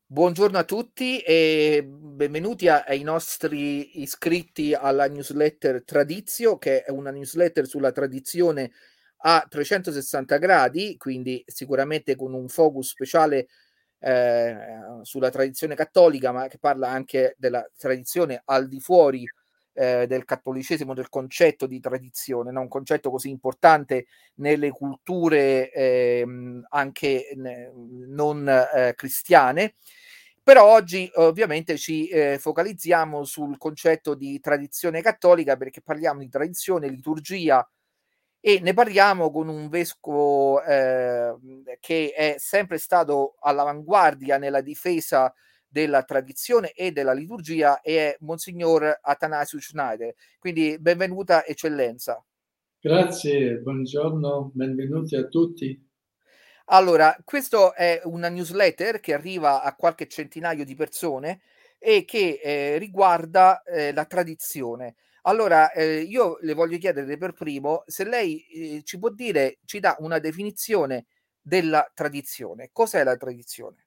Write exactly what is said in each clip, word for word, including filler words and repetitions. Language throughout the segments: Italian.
Buongiorno a tutti e benvenuti a- ai nostri iscritti alla newsletter Tradizio, che è una newsletter sulla tradizione a trecentosessanta gradi, quindi sicuramente con un focus speciale eh, sulla tradizione cattolica, ma che parla anche della tradizione al di fuori eh, del cattolicesimo, del concetto di tradizione, no? Un concetto così importante nelle culture ehm, anche ne- non eh, cristiane. Però oggi ovviamente ci eh, focalizziamo sul concetto di tradizione cattolica perché parliamo di tradizione, liturgia e ne parliamo con un vescovo eh, che è sempre stato all'avanguardia nella difesa della tradizione e della liturgia e è Monsignor Atanasio Schneider. Quindi benvenuta eccellenza. Grazie, buongiorno, benvenuti a tutti. Allora, questo è una newsletter che arriva a qualche centinaio di persone e che eh, riguarda eh, la tradizione. Allora, eh, io le voglio chiedere per primo se lei eh, ci può dire, ci dà una definizione della tradizione. Cos'è la tradizione?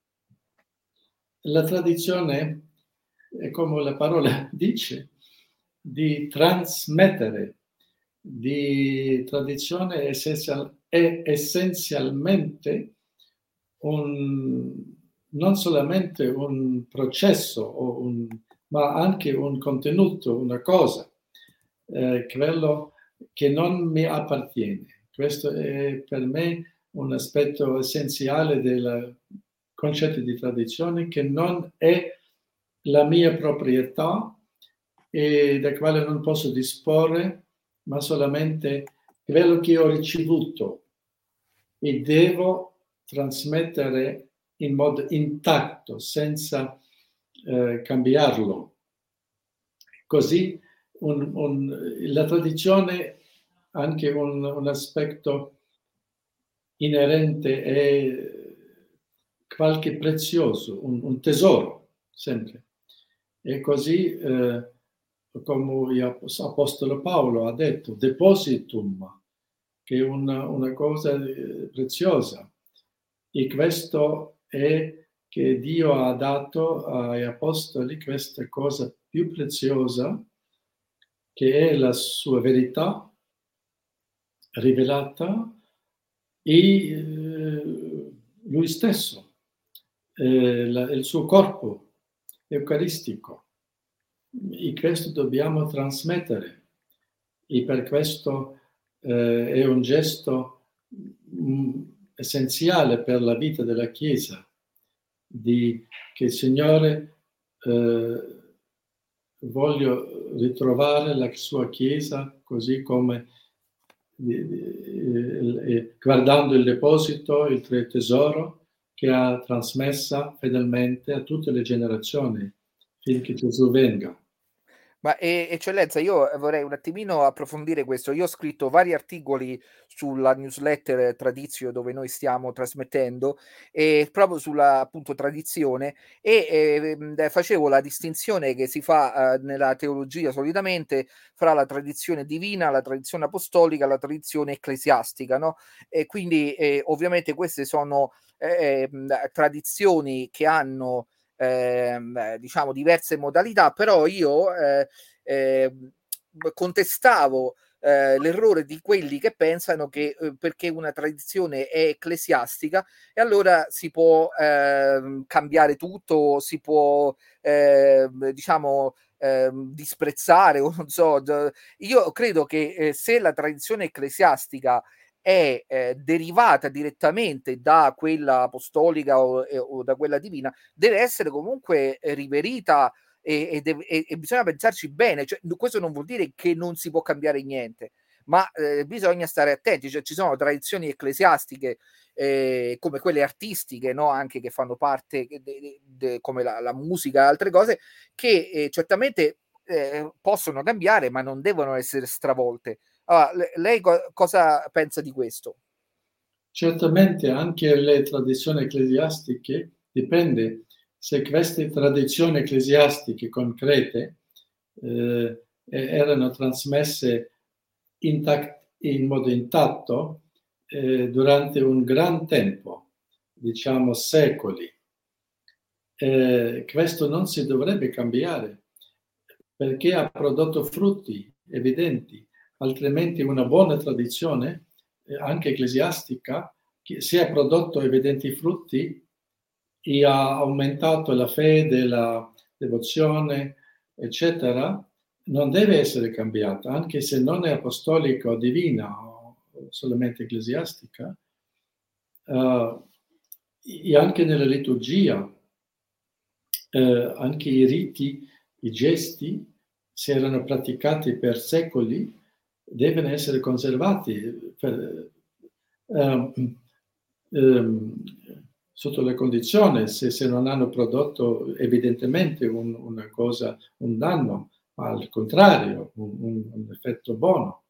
La tradizione è come la parola dice, di trasmettere, di tradizione essenzial- è essenzialmente un, non solamente un processo, o un- ma anche un contenuto, una cosa, eh, quello che non mi appartiene. Questo è per me un aspetto essenziale del concetto di tradizione, che non è la mia proprietà e da quale non posso disporre, ma solamente quello che ho ricevuto e devo trasmettere in modo intatto, senza eh, cambiarlo. Così un, un, la tradizione ha anche un, un aspetto inerente è qualche prezioso, un, un tesoro, sempre. E così, eh, come l'Apostolo Paolo ha detto, depositum, che è una, una cosa eh, preziosa. E questo è che Dio ha dato agli Apostoli questa cosa più preziosa, che è la sua verità rivelata e eh, lui stesso, eh, la, il suo corpo eucaristico. E questo dobbiamo trasmettere e per questo eh, è un gesto mh, essenziale per la vita della Chiesa, di, che il Signore eh, voglio ritrovare la sua Chiesa così come eh, guardando il deposito, il tesoro che ha trasmessa fedelmente a tutte le generazioni finché Gesù venga. Ma e eccellenza, io vorrei un attimino approfondire questo. Io ho scritto vari articoli sulla newsletter Tradizio dove noi stiamo trasmettendo e proprio sulla appunto tradizione e ehm, facevo la distinzione che si fa eh, nella teologia solitamente fra la tradizione divina, la tradizione apostolica, la tradizione ecclesiastica, no? E quindi eh, ovviamente queste sono eh, ehm, tradizioni che hanno ehm, diciamo diverse modalità, però io eh, eh, contestavo eh, l'errore di quelli che pensano che eh, perché una tradizione è ecclesiastica e allora si può eh, cambiare tutto, si può eh, diciamo eh, disprezzare o non so. Io credo che eh, se la tradizione ecclesiastica è eh, derivata direttamente da quella apostolica o, eh, o da quella divina, deve essere comunque eh, riverita e, e, deve, e, e bisogna pensarci bene. Cioè, questo non vuol dire che non si può cambiare niente, ma eh, bisogna stare attenti. Cioè, ci sono tradizioni ecclesiastiche eh, come quelle artistiche, no? Anche che fanno parte de, de, de, come la, la musica e altre cose, che eh, certamente eh, possono cambiare, ma non devono essere stravolte. Allora, lei co- cosa pensa di questo? Certamente anche le tradizioni ecclesiastiche dipende se queste tradizioni ecclesiastiche concrete eh, erano trasmesse intact, in modo intatto eh, durante un gran tempo, diciamo secoli. eh, questo non si dovrebbe cambiare, perché ha prodotto frutti evidenti, altrimenti una buona tradizione, eh, anche ecclesiastica, che se ha prodotto evidenti frutti e ha aumentato la fede, la devozione, eccetera, non deve essere cambiata, anche se non è apostolica o divina o solamente ecclesiastica. Uh, e anche nella liturgia, eh, anche i riti, i gesti, se erano praticati per secoli, devono essere conservati per, um, um, sotto la condizione, se, se non hanno prodotto evidentemente un, una cosa, un danno, ma al contrario, un, un, un effetto buono.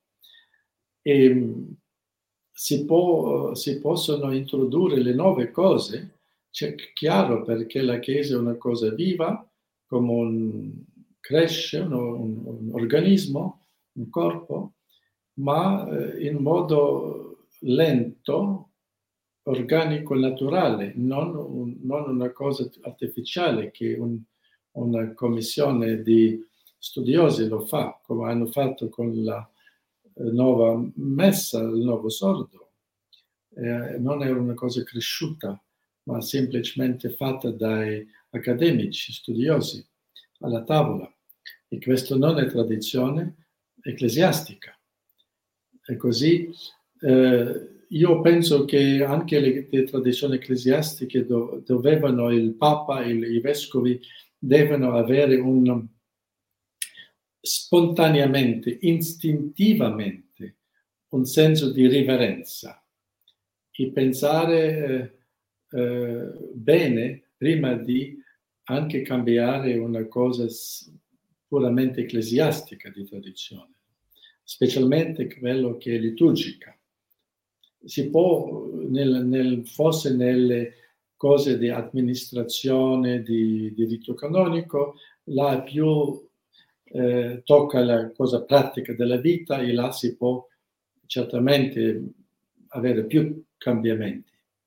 E si, può, si possono introdurre le nuove cose, c'è chiaro, perché la Chiesa è una cosa viva, come un, cresce, un, un, un organismo, un corpo, ma eh, in modo lento, organico, naturale, non, un, non una cosa artificiale che un, una commissione di studiosi lo fa, come hanno fatto con la nuova messa, il nuovo sordo. Eh, non è una cosa cresciuta, ma semplicemente fatta dai accademici, studiosi, alla tavola. E questo non è tradizione ecclesiastica. E così eh, io penso che anche le, le tradizioni ecclesiastiche do, dovevano, il Papa e i vescovi devono avere un spontaneamente, istintivamente, un senso di riverenza e pensare eh, eh, bene prima di anche cambiare una cosa puramente ecclesiastica di tradizione, specialmente quello che è liturgica. Si può, nel, nel, forse nelle cose di amministrazione, di, di rito canonico, là più eh, tocca la cosa pratica della vita e là si può certamente avere più cambiamenti.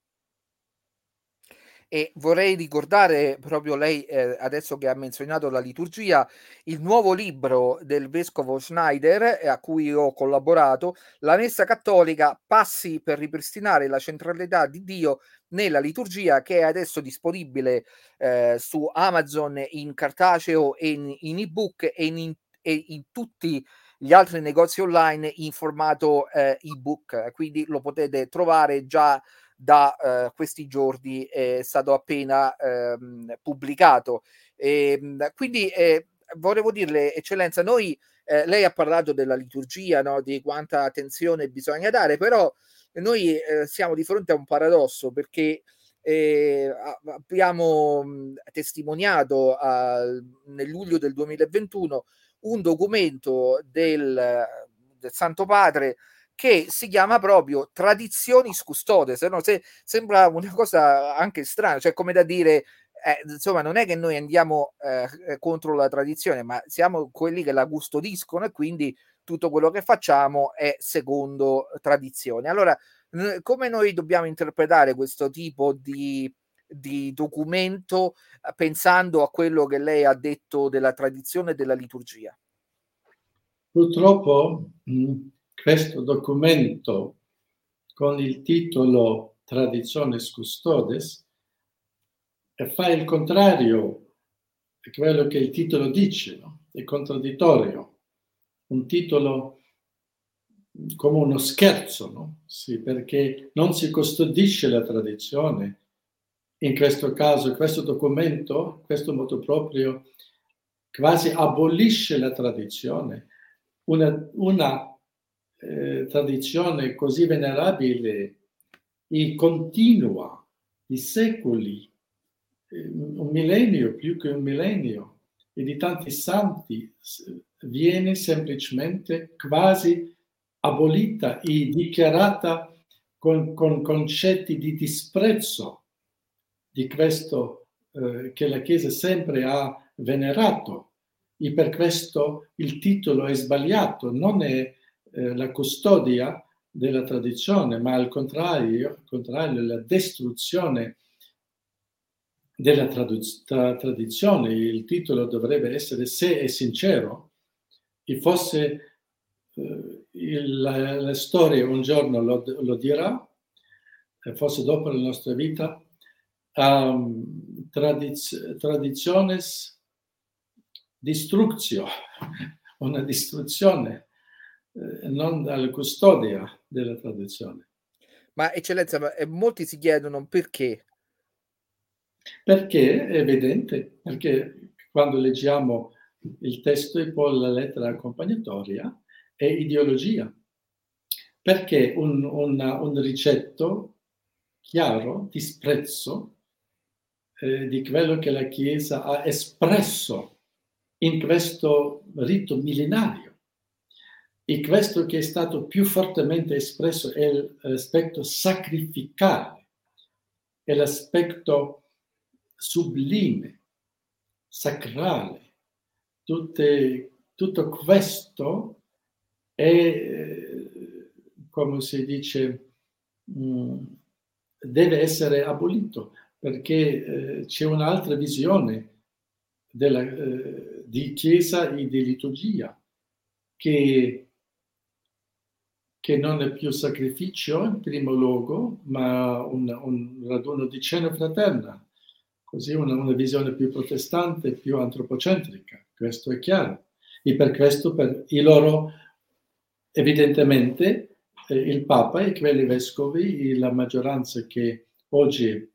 E vorrei ricordare proprio lei, eh, adesso che ha menzionato la liturgia, il nuovo libro del vescovo Schneider, eh, a cui ho collaborato, La Messa Cattolica, passi per ripristinare la centralità di Dio nella liturgia, che è adesso disponibile eh, su Amazon in cartaceo e in, in ebook e in, e in tutti gli altri negozi online in formato eh, ebook, quindi lo potete trovare già da eh, questi giorni, è stato appena ehm, pubblicato. E, quindi eh, volevo dirle, eccellenza, noi eh, lei ha parlato della liturgia, no? Di quanta attenzione bisogna dare, però noi eh, siamo di fronte a un paradosso, perché eh, abbiamo mh, testimoniato uh, nel luglio del duemilaventuno un documento del, del Santo Padre che si chiama proprio Traditionis Custodes, no? Se, sembra una cosa anche strana, cioè come da dire, eh, insomma, non è che noi andiamo eh, contro la tradizione, ma siamo quelli che la custodiscono e quindi tutto quello che facciamo è secondo tradizione. Allora, n- come noi dobbiamo interpretare questo tipo di, di documento eh, pensando a quello che lei ha detto della tradizione e della liturgia? Purtroppo mh, questo documento con il titolo Traditiones Custodes fa il contrario di quello che il titolo dice, no? È contraddittorio. Un titolo come uno scherzo, no? Sì, perché non si custodisce la tradizione. In questo caso, questo documento, questo modo proprio, quasi abolisce la tradizione. Una, una eh, tradizione così venerabile e continua di secoli, eh, un millennio, più che un millennio, e di tanti santi, viene semplicemente quasi abolita e dichiarata con, con concetti di disprezzo di questo eh, che la Chiesa sempre ha venerato, e per questo il titolo è sbagliato, non è eh, la custodia della tradizione, ma al contrario, al contrario la distruzione della tradu- tra- tradizione, il titolo dovrebbe essere Se è sincero, e fosse eh, il- la, la storia un giorno lo, lo dirà, eh, forse dopo la nostra vita, um, tradiz- traditiones destructio, una distruzione, eh, non dalla custodia della tradizione. Ma eccellenza, ma, eh, molti si chiedono perché. Perché è evidente, perché quando leggiamo il testo e poi la lettera accompagnatoria è ideologia, perché un, una, un ricetto chiaro, disprezzo eh, di quello che la Chiesa ha espresso in questo rito millenario. E questo che è stato più fortemente espresso è l'aspetto sacrificale, è l'aspetto sublime, sacrale. Tutte, tutto questo è, come si dice, mh, deve essere abolito perché eh, c'è un'altra visione della, eh, di Chiesa e di liturgia che, che non è più sacrificio in primo luogo, ma un, un raduno di cena fraterna, così una, una visione più protestante, più antropocentrica, questo è chiaro. E per questo, per i loro, evidentemente, eh, il Papa e quelli vescovi, e la maggioranza che oggi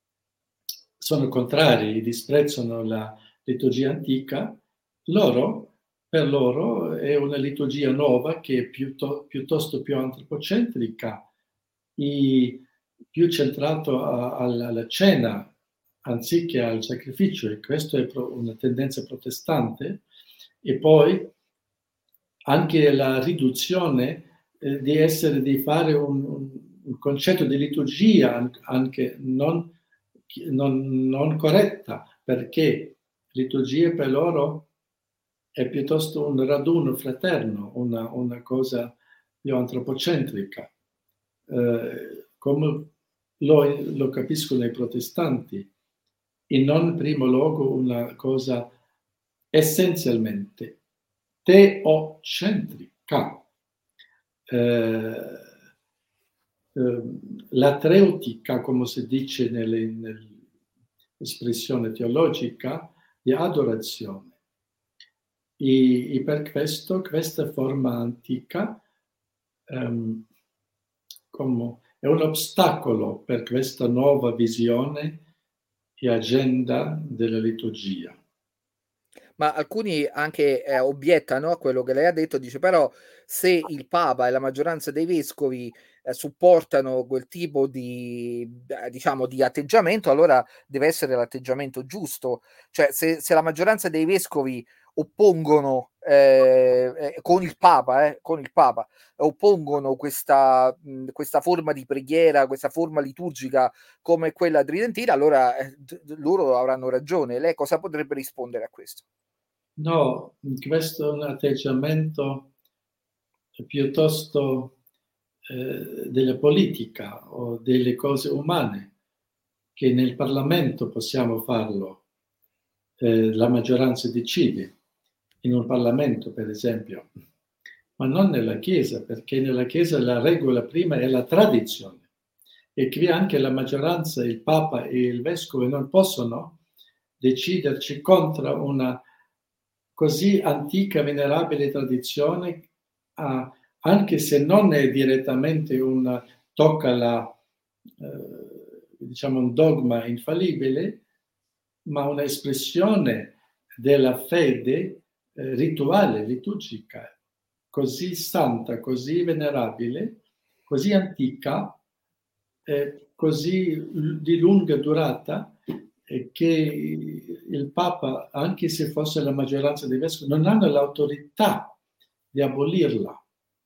sono contrari e disprezzano la liturgia antica, loro, per loro è una liturgia nuova che è piuttosto, piuttosto più antropocentrica e più centrato a, alla cena anziché al sacrificio, e questa è una tendenza protestante. E poi anche la riduzione eh, di essere, di fare un, un concetto di liturgia anche non, non, non corretta, perché liturgia per loro è piuttosto un raduno fraterno, una, una cosa più antropocentrica, eh, come lo, lo capiscono i protestanti, e non in primo luogo una cosa essenzialmente teocentrica. Eh, eh, la treutica, come si dice nelle, nell'espressione teologica, di adorazione. E, e per questo questa forma antica um, come, è un ostacolo per questa nuova visione e agenda della liturgia. Ma alcuni anche eh, obiettano a quello che lei ha detto, dice però se il Papa e la maggioranza dei vescovi eh, supportano quel tipo di, eh, diciamo, di atteggiamento, allora deve essere l'atteggiamento giusto. Cioè se, se la maggioranza dei vescovi oppongono eh, eh, con il Papa, eh, con il Papa, oppongono questa, mh, questa forma di preghiera, questa forma liturgica come quella tridentina, allora eh, d- loro avranno ragione. Lei cosa potrebbe rispondere a questo? No, questo è un atteggiamento piuttosto eh, della politica o delle cose umane, che nel Parlamento possiamo farlo, eh, la maggioranza decide, in un Parlamento per esempio, ma non nella Chiesa, perché nella Chiesa la regola prima è la tradizione, e qui anche la maggioranza, il Papa e il Vescovo non possono deciderci contro una così antica, venerabile tradizione, ah, anche se non è direttamente un tocca la, eh, diciamo un dogma infallibile, ma un'espressione della fede eh, rituale, liturgica, così santa, così venerabile, così antica, eh, così di lunga durata, che il Papa, anche se fosse la maggioranza dei vescovi, non hanno l'autorità di abolirla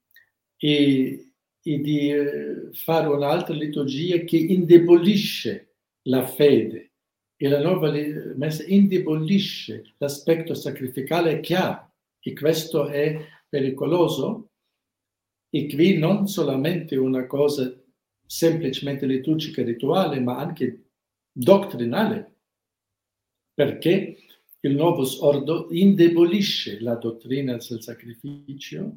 e, e di fare un'altra liturgia che indebolisce la fede. E la nuova messa indebolisce l'aspetto sacrificale chiaro, e questo è pericoloso. E qui non solamente una cosa semplicemente liturgica e rituale, ma anche dottrinale. perché il Novus Ordo indebolisce la dottrina del sacrificio,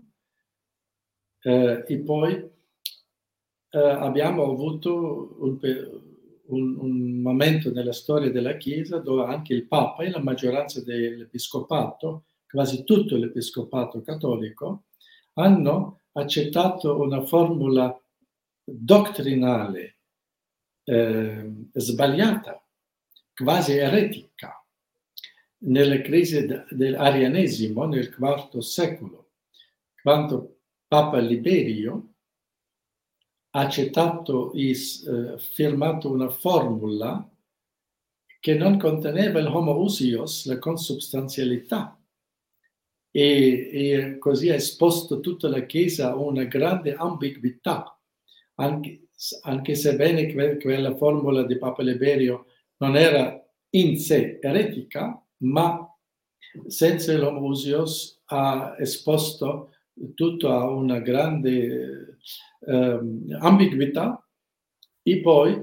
eh, e poi eh, abbiamo avuto un, un, un momento nella storia della Chiesa dove anche il Papa e la maggioranza dell'Episcopato, quasi tutto l'Episcopato cattolico, hanno accettato una formula dottrinale eh, sbagliata, quasi eretica, nella crisi dell'arianesimo nel quarto secolo, quando Papa Liberio ha accettato e eh, firmato una formula che non conteneva il homoousios, la consubstanzialità, e, e così ha esposto tutta la Chiesa a una grande ambiguità, anche, anche sebbene que- quella formula di Papa Liberio non era in sé eretica, ma senza il homoousios ha esposto tutto a una grande eh, ambiguità, e poi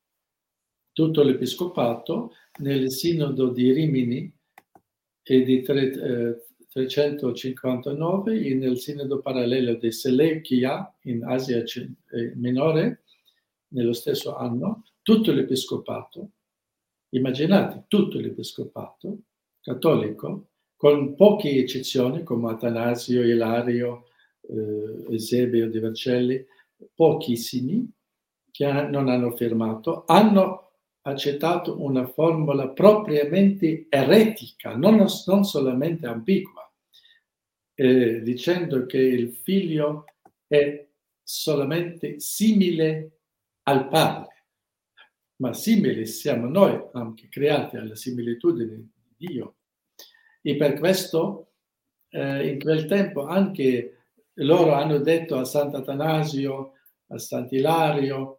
tutto l'Episcopato nel Sinodo di Rimini e di tre, eh, trecentocinquantanove e nel Sinodo parallelo di Seleucia in Asia Minore nello stesso anno, tutto l'Episcopato, immaginate, tutto l'Episcopato cattolico, con poche eccezioni come Atanasio, Ilario, eh, Eusebio di Vercelli, pochissimi che non hanno firmato, hanno accettato una formula propriamente eretica, non, non solamente ambigua, eh, dicendo che il figlio è solamente simile al padre, ma simili siamo noi, anche creati alla similitudine di Dio. E per questo eh, in quel tempo anche loro hanno detto a Sant'Atanasio, a Sant'Ilario,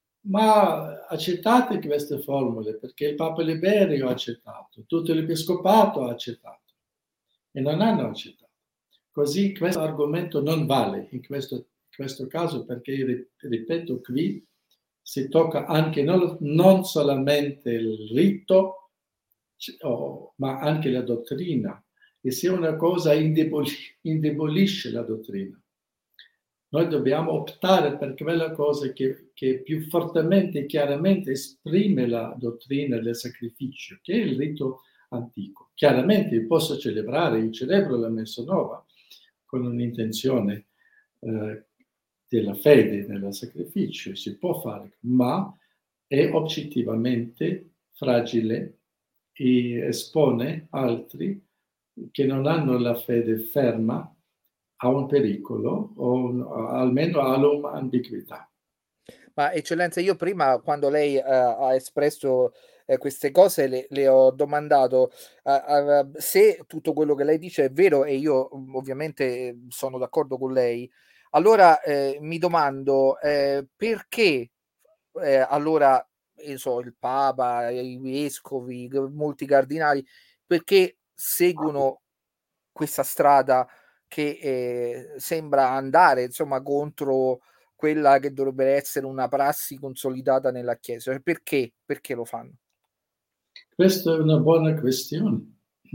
ma accettate queste formule, perché il Papa Liberio ha accettato, tutto l'Episcopato ha accettato, e non hanno accettato. Così questo argomento non vale in questo, in questo caso, perché, ripeto, qui si tocca anche non, non solamente il rito, oh, ma anche la dottrina. E se una cosa indebolisce, indebolisce la dottrina, noi dobbiamo optare per quella cosa che, che più fortemente e chiaramente esprime la dottrina del sacrificio, che è il rito antico. Chiaramente io posso celebrare, io celebro la Messa Nuova con un'intenzione eh, della fede nel sacrificio, si può fare, ma è oggettivamente fragile e espone altri che non hanno la fede ferma a un pericolo o almeno a un'ambiguità. Ma eccellenza, io prima quando lei uh, ha espresso eh, queste cose le, le ho domandato uh, uh, se tutto quello che lei dice è vero, e io um, ovviamente sono d'accordo con lei. Allora eh, mi domando eh, perché eh, allora io so, il Papa, i vescovi, molti cardinali, perché seguono questa strada che eh, sembra andare insomma contro quella che dovrebbe essere una prassi consolidata nella Chiesa. Perché? Perché lo fanno? Questa è una buona questione.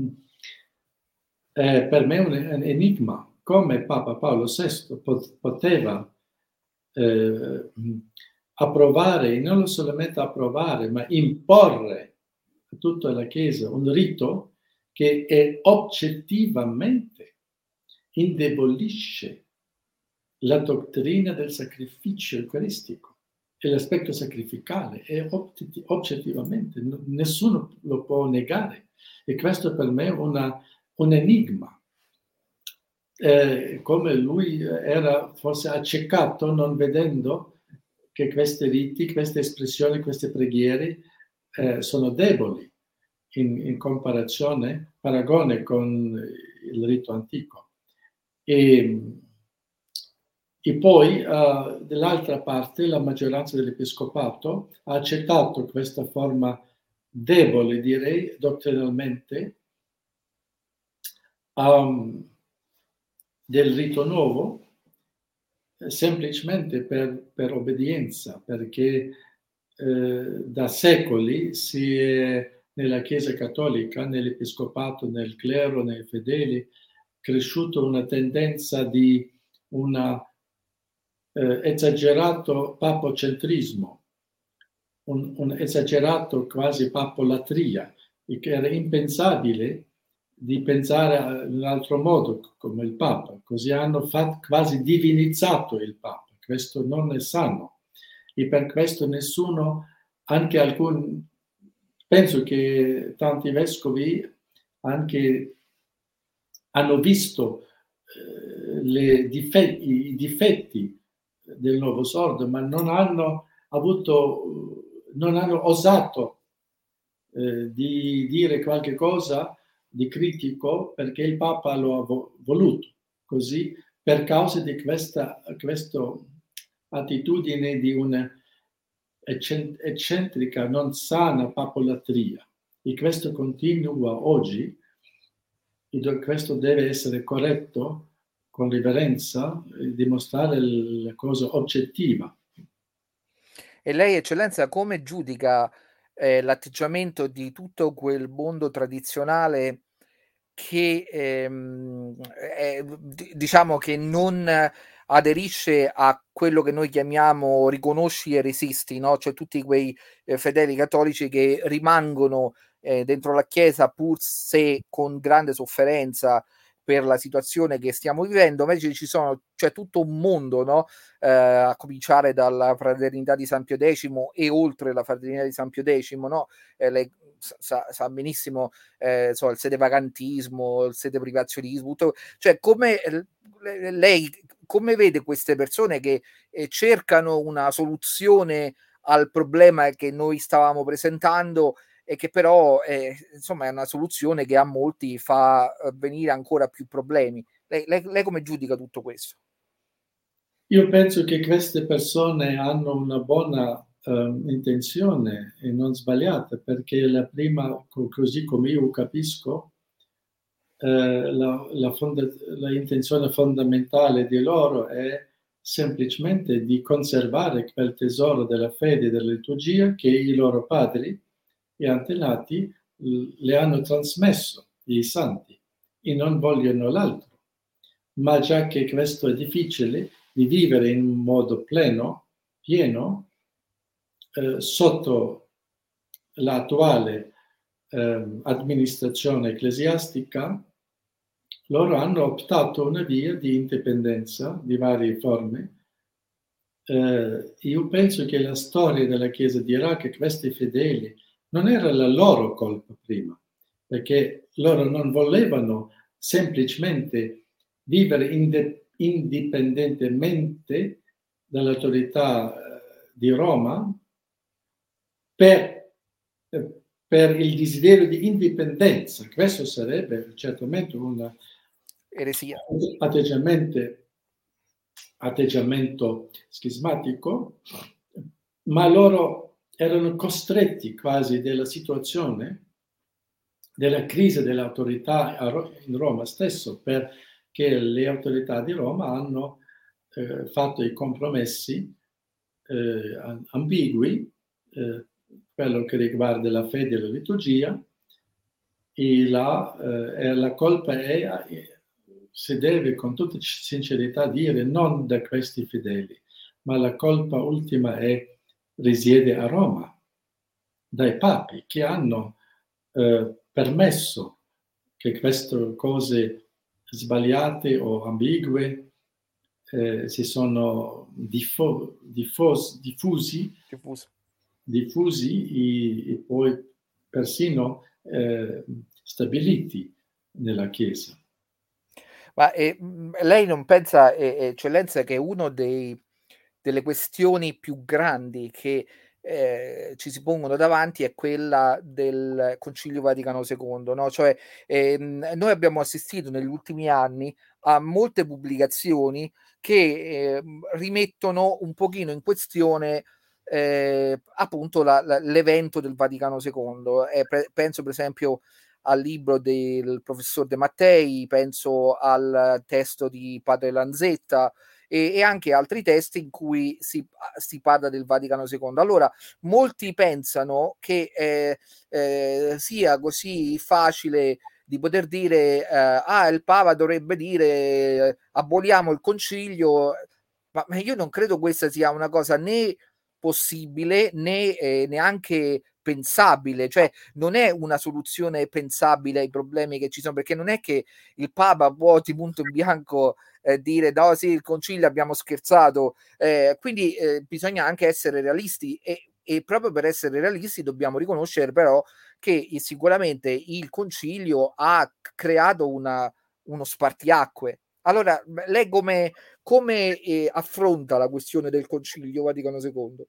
Eh, per me è un, un enigma. Come Papa Paolo sesto pot- poteva eh, approvare, e non solamente approvare, ma imporre a tutta la Chiesa un rito che è oggettivamente indebolisce la dottrina del sacrificio eucaristico e l'aspetto sacrificale, e oggettivamente nessuno lo può negare, e questo per me è una, un enigma. Eh, come lui era forse accecato non vedendo che questi riti, queste espressioni, queste preghiere eh, sono deboli in, in comparazione, paragone con il rito antico. E, e poi uh, dall'altra parte la maggioranza dell'Episcopato ha accettato questa forma debole, direi, dottrinalmente, um, del rito nuovo, semplicemente per, per obbedienza, perché eh, da secoli si è nella Chiesa cattolica, nell'episcopato, nel clero, nei fedeli, cresciuto una tendenza di un eh, esagerato papocentrismo, un, un esagerato quasi papolatria, che era impensabile di pensare in un altro modo come il Papa. Così hanno fatto, quasi divinizzato il Papa. Questo non è sano. E per questo nessuno, anche alcuni, penso che tanti vescovi anche hanno visto eh, le difetti, i difetti del nuovo sordo, ma non hanno avuto, non hanno osato eh, di dire qualche cosa di critico perché il Papa lo ha vo- voluto così per causa di questa, questa attitudine di una eccentrica, non sana papolatria. E questo continua oggi, e questo deve essere corretto con riverenza e dimostrare la cosa oggettiva. E lei, eccellenza, come giudica eh, l'atteggiamento di tutto quel mondo tradizionale che ehm, è, d- diciamo che non aderisce a quello che noi chiamiamo riconosci e resisti, no? Cioè tutti quei eh, fedeli cattolici che rimangono eh, dentro la Chiesa pur se con grande sofferenza per la situazione che stiamo vivendo, invece ci sono, c'è tutto un mondo, no? Eh, a cominciare dalla fraternità di San Pio X e oltre la fraternità di San Pio X, no? Eh, lei sa, sa benissimo eh, so, il sedevacantismo, il sedeprivazionismo, tutto, cioè come lei come vede queste persone che eh, cercano una soluzione al problema che noi stavamo presentando e che però eh, insomma è una soluzione che a molti fa venire ancora più problemi. Lei, lei, lei come giudica tutto questo? Io penso che queste persone hanno una buona eh, intenzione e non sbagliata, perché la prima, così come io capisco, eh, la, la, fonda- la intenzione fondamentale di loro è semplicemente di conservare quel tesoro della fede e della liturgia che i loro padri e antenati le hanno trasmesso, i santi, e non vogliono l'altro. Ma già che questo è difficile di vivere in un modo pleno, pieno, eh, sotto l'attuale eh, amministrazione ecclesiastica, loro hanno optato una via di indipendenza di varie forme. Eh, io penso che la storia della Chiesa dirà che questi fedeli non era la loro colpa prima, perché loro non volevano semplicemente vivere inde- indipendentemente dall'autorità eh, di Roma per, per il desiderio di indipendenza. Questo sarebbe certamente un Eresia. atteggiamento, atteggiamento schismatico, ma loro erano costretti quasi dalla situazione, della crisi dell'autorità in Roma stesso, perché le autorità di Roma hanno eh, fatto i compromessi eh, ambigui, eh, quello che riguarda la fede e la liturgia, e la, eh, la colpa è, si deve con tutta sincerità dire, non da questi fedeli, ma la colpa ultima è, risiede a Roma, dai papi che hanno eh, permesso che queste cose sbagliate o ambigue eh, si sono diffo- diffos- diffusi, Diffuso. diffusi e, e poi persino eh, stabiliti nella Chiesa. Ma eh, lei non pensa, eh, eccellenza, che uno dei, delle questioni più grandi che eh, ci si pongono davanti è quella del Concilio Vaticano secondo, no? Cioè, ehm, noi abbiamo assistito negli ultimi anni a molte pubblicazioni che eh, rimettono un pochino in questione eh, appunto la, la, l'evento del Vaticano secondo. Eh, pre- penso per esempio al libro del professor De Mattei, penso al testo di Padre Lanzetta, e, e anche altri testi in cui si, si parla del Vaticano secondo. Allora, molti pensano che eh, eh, sia così facile di poter dire eh, ah, il Papa dovrebbe dire eh, aboliamo il concilio, ma, ma io non credo questa sia una cosa né possibile né eh, neanche pensabile, cioè non è una soluzione pensabile ai problemi che ci sono, perché non è che il Papa può di punto in bianco eh, dire no sì il concilio abbiamo scherzato, eh, quindi eh, bisogna anche essere realisti e, e proprio per essere realisti dobbiamo riconoscere però che sicuramente il concilio ha creato una, uno spartiacque. Allora, lei come, come eh, affronta la questione del concilio Vaticano secondo?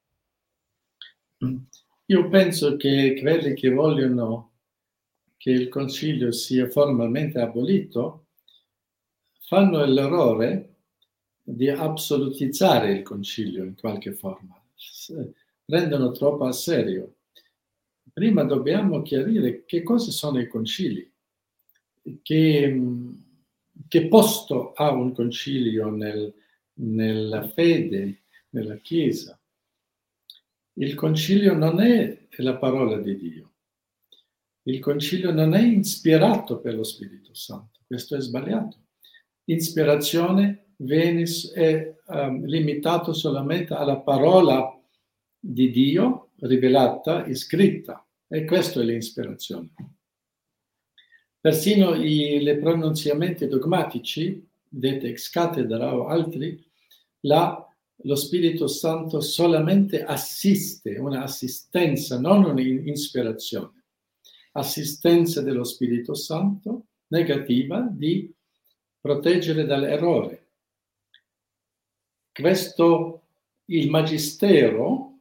Io penso che quelli che vogliono che il concilio sia formalmente abolito fanno l'errore di assolutizzare il concilio in qualche forma, prendono troppo a serio. Prima dobbiamo chiarire che cosa sono i concili, che, che posto ha un concilio nel, nella fede, nella Chiesa. Il concilio non è la parola di Dio. Il concilio non è ispirato per lo Spirito Santo. Questo è sbagliato. Ispirazione Venis è um, limitato solamente alla parola di Dio rivelata e scritta, e questa è l'ispirazione. Persino i, le pronunziamenti dogmatici, dette ex cattedra o altri, la, lo Spirito Santo solamente assiste, una assistenza, non un'ispirazione, assistenza dello Spirito Santo negativa di proteggere dall'errore. Questo, il magistero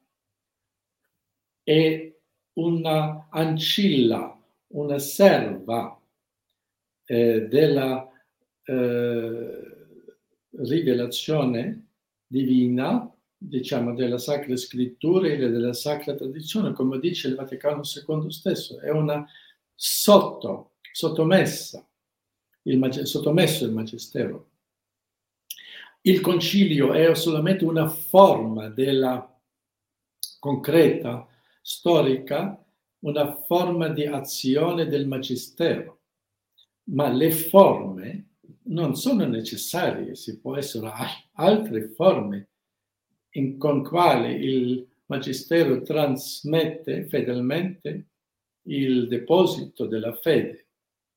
è una ancilla, una serva eh, della eh, rivelazione divina, diciamo della Sacra Scrittura e della Sacra Tradizione, come dice il Vaticano secondo stesso, è una sotto, sottomessa, il, sottomesso il magistero. Il concilio è solamente una forma della concreta, storica, una forma di azione del magistero, ma le forme non sono necessarie, ci può essere altre forme in, con quali il magistero trasmette fedelmente il deposito della fede.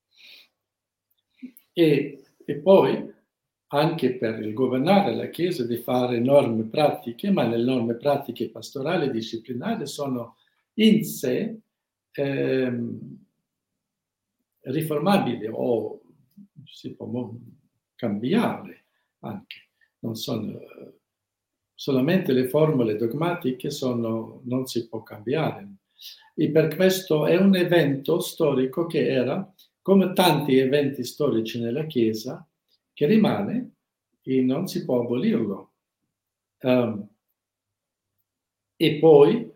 E, e poi anche per il governare la Chiesa di fare norme pratiche, ma le norme pratiche pastorali e disciplinari sono in sé ehm, riformabili o si può cambiare anche. Non sono, solamente le formule dogmatiche sono, non si può cambiare. E per questo è un evento storico che era, come tanti eventi storici nella Chiesa, che rimane e non si può abolirlo. Um, e poi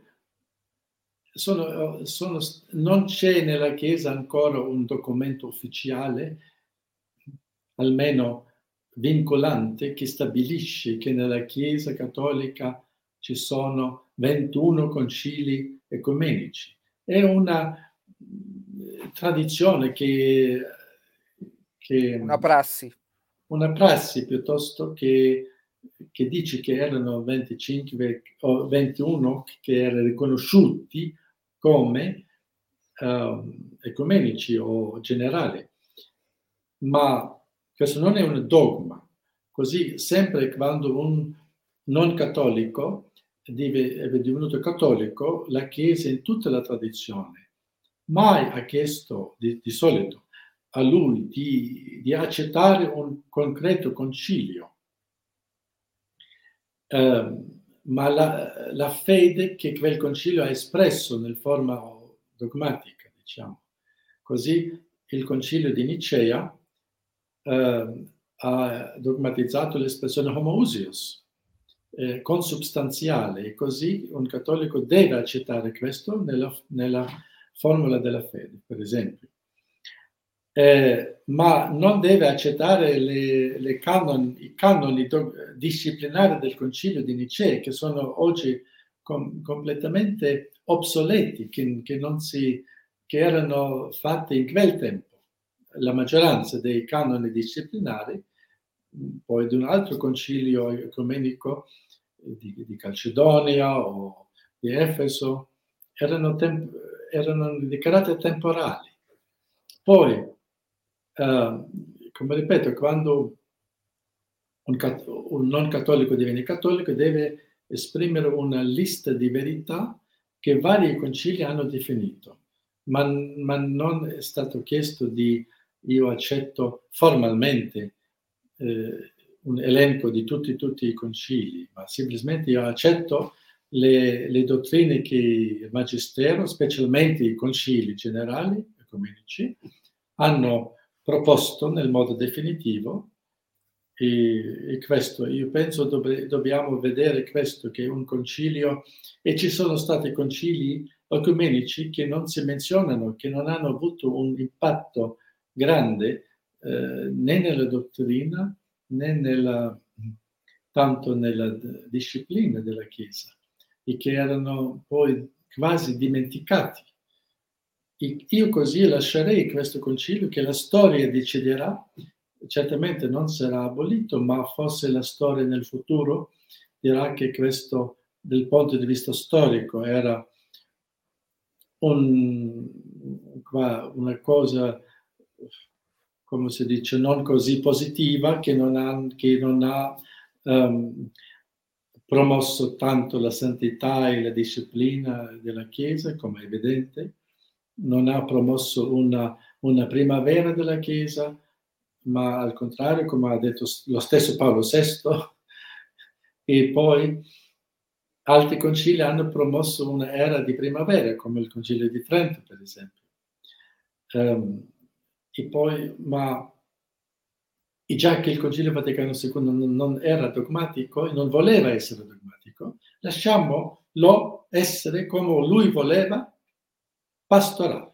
sono, sono, non c'è nella Chiesa ancora un documento ufficiale, almeno vincolante, che stabilisce che nella Chiesa cattolica ci sono ventuno concili ecumenici. È una tradizione che, che una prassi. Una prassi piuttosto che, che dice che erano venticinque o ventuno che erano riconosciuti come uh, ecumenici o generali. Ma questo non è un dogma. Così sempre quando un non cattolico è divenuto cattolico, la Chiesa in tutta la tradizione mai ha chiesto di, di solito a lui di, di accettare un concreto concilio, eh, ma la, la fede che quel concilio ha espresso nel forma dogmatica, diciamo. Così il concilio di Nicea eh, ha dogmatizzato l'espressione homoousios, eh, consubstanziale, e così un cattolico deve accettare questo nella, nella formula della fede, per esempio. eh, ma non deve accettare le, le canon, i canoni do, disciplinari del Concilio di Nicea, che sono oggi com, completamente obsoleti, che, che, non si, che erano fatti in quel tempo. La maggioranza dei canoni disciplinari, poi di un altro concilio ecumenico di, di Calcedonia o di Efeso, erano, temp- erano di carattere temporali. Poi, eh, come ripeto, quando un, cat- un non cattolico diviene cattolico, deve esprimere una lista di verità che vari concili hanno definito, ma, ma non è stato chiesto di io accetto formalmente eh, un elenco di tutti, tutti i concili, ma semplicemente io accetto le, le dottrine che il Magistero, specialmente i concili generali, ecumenici, hanno proposto nel modo definitivo. E, e questo, io penso dobb- dobbiamo vedere questo, che un concilio, e ci sono stati concili ecumenici che non si menzionano, che non hanno avuto un impatto grande eh, né nella dottrina né nella, tanto nella d- disciplina della Chiesa, e che erano poi quasi dimenticati. Io così lascerei questo concilio, che la storia deciderà, certamente non sarà abolito, ma forse la storia nel futuro dirà che questo, dal punto di vista storico, era un, una cosa, come si dice, non così positiva, che non ha, che non ha um, promosso tanto la santità e la disciplina della Chiesa, come è evidente, non ha promosso una, una primavera della Chiesa, ma al contrario, come ha detto lo stesso Paolo sesto, e poi altri concili hanno promosso un'era di primavera, come il Concilio di Trento, per esempio. Um, e poi, ma e già che il Concilio Vaticano secondo non, non era dogmatico e non voleva essere dogmatico, lasciamolo essere come lui voleva, pastorale.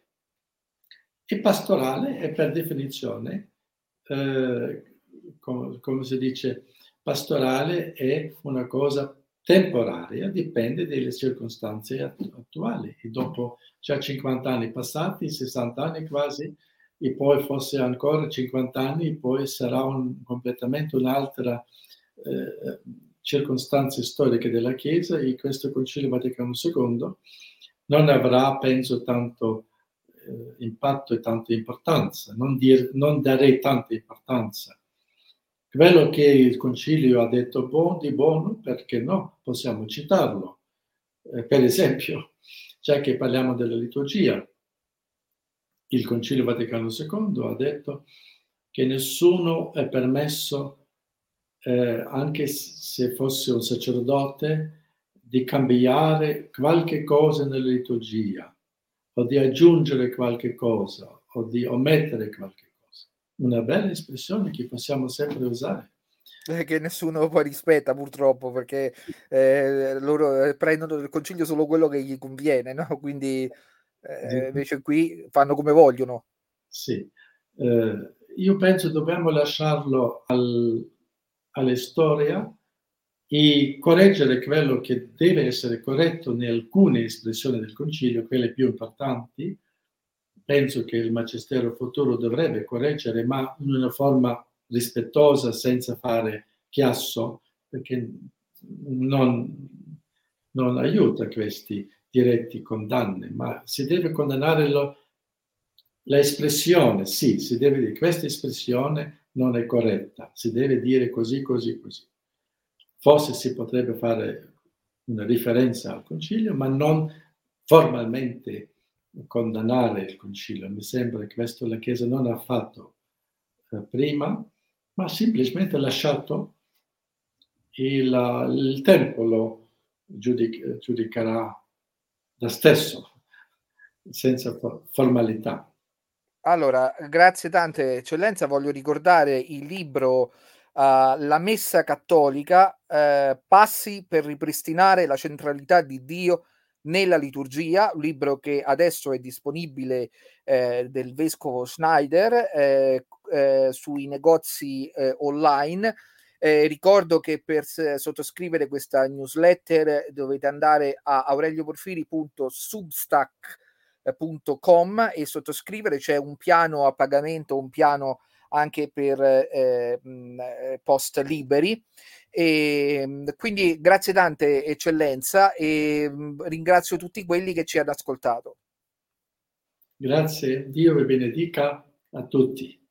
E pastorale è per definizione, eh, come, come si dice, pastorale è una cosa temporanea, dipende dalle circostanze attuali. E dopo già cinquanta anni passati, sessanta anni quasi, e poi forse ancora cinquanta anni, poi sarà un, completamente un'altra eh, circostanze storiche della Chiesa, e questo Concilio Vaticano secondo non avrà, penso, tanto eh, impatto e tanta importanza, non, dir, non darei tanta importanza. Quello che il Concilio ha detto buono di buono, perché no? Possiamo citarlo. Eh, per esempio, già che parliamo della liturgia, il Concilio Vaticano secondo ha detto che nessuno è permesso, eh, anche se fosse un sacerdote, di cambiare qualche cosa nella liturgia, o di aggiungere qualche cosa, o di omettere qualche cosa. Una bella espressione che possiamo sempre usare. Eh, che nessuno poi rispetta purtroppo, perché eh, loro prendono del concilio solo quello che gli conviene, no? Quindi eh, invece qui fanno come vogliono. Sì, eh, io penso dobbiamo lasciarlo al, alla storia e correggere quello che deve essere corretto in alcune espressioni del Concilio, quelle più importanti. Penso che il Magistero futuro dovrebbe correggere, ma in una forma rispettosa, senza fare chiasso, perché non, non aiuta questi diretti condanne, ma si deve condannare lo, l'espressione, sì, si deve dire questa espressione non è corretta, si deve dire così, così, così. Forse si potrebbe fare una riferenza al concilio, ma non formalmente condannare il concilio. Mi sembra che questo la Chiesa non ha fatto eh, prima, ma semplicemente lasciato il, il tempo lo giudic- giudicherà da stesso, senza formalità. Allora, grazie tante eccellenza, voglio ricordare il libro uh, La Messa Cattolica, uh, passi per ripristinare la centralità di Dio nella liturgia, un libro che adesso è disponibile eh, del vescovo Schneider eh, eh, sui negozi eh, online. Eh, ricordo che per sottoscrivere questa newsletter dovete andare a aurelioporfiri punto substack punto com e sottoscrivere. C'è un piano a pagamento, un piano anche per eh, post liberi. E quindi grazie tante, eccellenza, e ringrazio tutti quelli che ci hanno ascoltato. Grazie, Dio vi benedica a tutti.